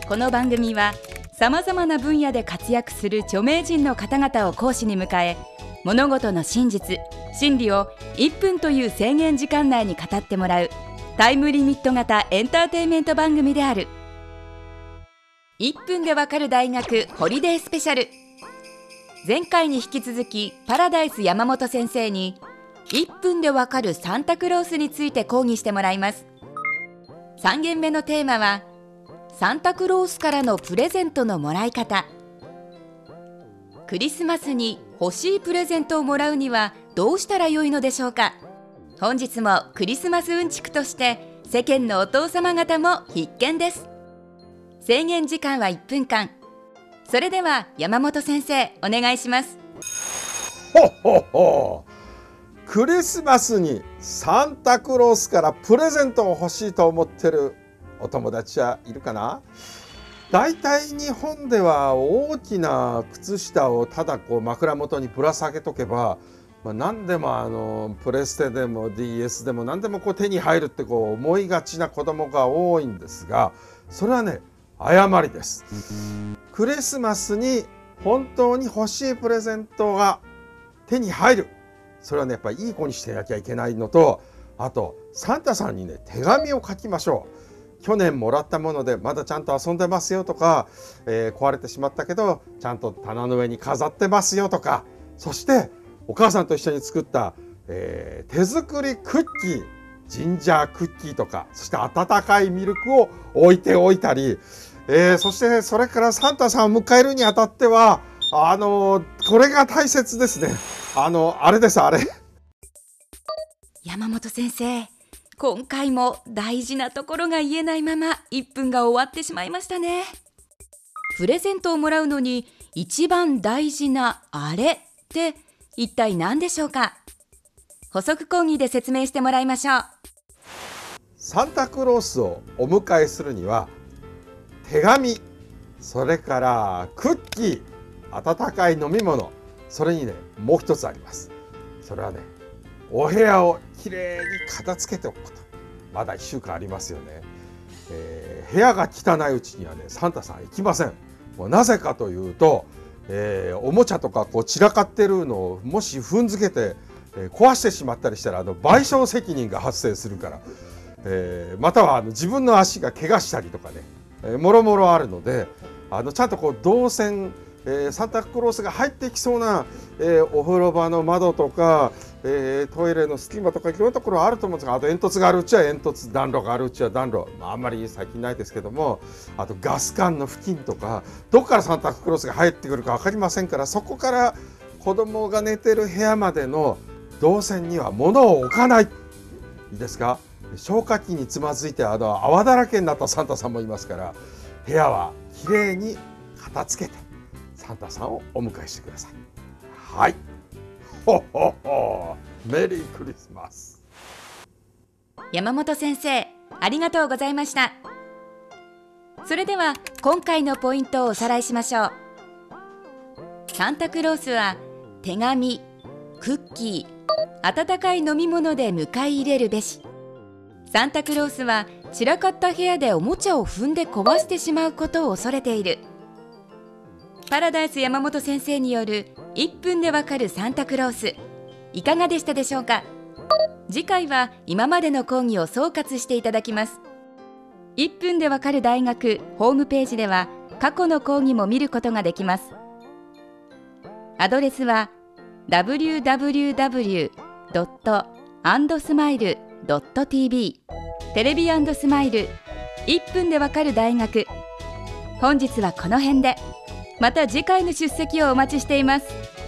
この番組はさまざまな分野で活躍する著名人の方々を講師に迎え、物事の真実、真理を1分という制限時間内に語ってもらうタイムリミット型エンターテインメント番組である。1分でわかる大学ホリデースペシャル。前回に引き続きパラダイス山本先生に1分でわかるサンタクロースについて講義してもらいます。3限目のテーマはサンタクロースからのプレゼントのもらい方。クリスマスに欲しいプレゼントをもらうにはどうしたらよいのでしょうか。本日もクリスマスうんちくとして世間のお父様方も必見です。制限時間は1分間。それでは山本先生お願いします。 ほほほ。クリスマスにサンタクロースからプレゼントを欲しいと思ってるお友達はいるかな。だいたい日本では大きな靴下をただ枕元にぶら下げとけば、何でもプレステでも DS でも何でも手に入るって思いがちな子供が多いんですが、それはね、誤りです。クリスマスに本当に欲しいプレゼントが手に入る、それはね、やっぱりいい子にしてなきゃいけないのと、あとサンタさんにね、手紙を書きましょう。去年もらったものでまだちゃんと遊んでますよとか、壊れてしまったけどちゃんと棚の上に飾ってますよとか、そしてお母さんと一緒に作った、手作りクッキー、ジンジャークッキーとか、そして温かいミルクを置いておいたり、そしてそれからサンタさんを迎えるにあたってはこれが大切ですね。あれです、あれ。 山本先生、今回も大事なところが言えないまま1分が終わってしまいましたね。プレゼントをもらうのに一番大事なあれって一体何でしょうか。補足講義で説明してもらいましょう。 サンタクロースをお迎えするには手紙、それからクッキー、温かい飲み物、それにね、もう一つあります。それはね、お部屋をきれいに片付けておくこと。まだ1週間ありますよね。部屋が汚いうちにはね、サンタさん行きません。なぜかというと、おもちゃとか散らかってるのをもし踏んづけて、壊してしまったりしたら賠償責任が発生するから、または自分の足が怪我したりとかね、もろもろあるので、ちゃんと動線、サンタクロースが入ってきそうな、お風呂場の窓とか、トイレの隙間とかいろんなところあると思うんですが、あと煙突があるうちは煙突、暖炉があるうちは暖炉、あんまり最近ないですけども、あとガス管の付近とか、どこからサンタクロースが入ってくるか分かりませんから、そこから子供が寝てる部屋までの動線には物を置かない。いいですか。消火器につまずいて泡だらけになったサンタさんもいますから、部屋はきれいに片付けてサンタさんをお迎えしてください。はい。ほほほ。メリークリスマス。 山本先生、ありがとうございました。それでは今回のポイントをおさらいしましょう。サンタクロースは手紙、クッキー、温かい飲み物で迎え入れるべし。サンタクロースは散らかった部屋でおもちゃを踏んで壊してしまうことを恐れている。パラダイス山本先生による1分でわかるサンタクロース、いかがでしたでしょうか。次回は今までの講義を総括していただきます。1分でわかる大学ホームページでは過去の講義も見ることができます。アドレスは www.andsmile.tv テレビ&スマイル1分でわかる大学。本日はこの辺で。また次回の出席をお待ちしています。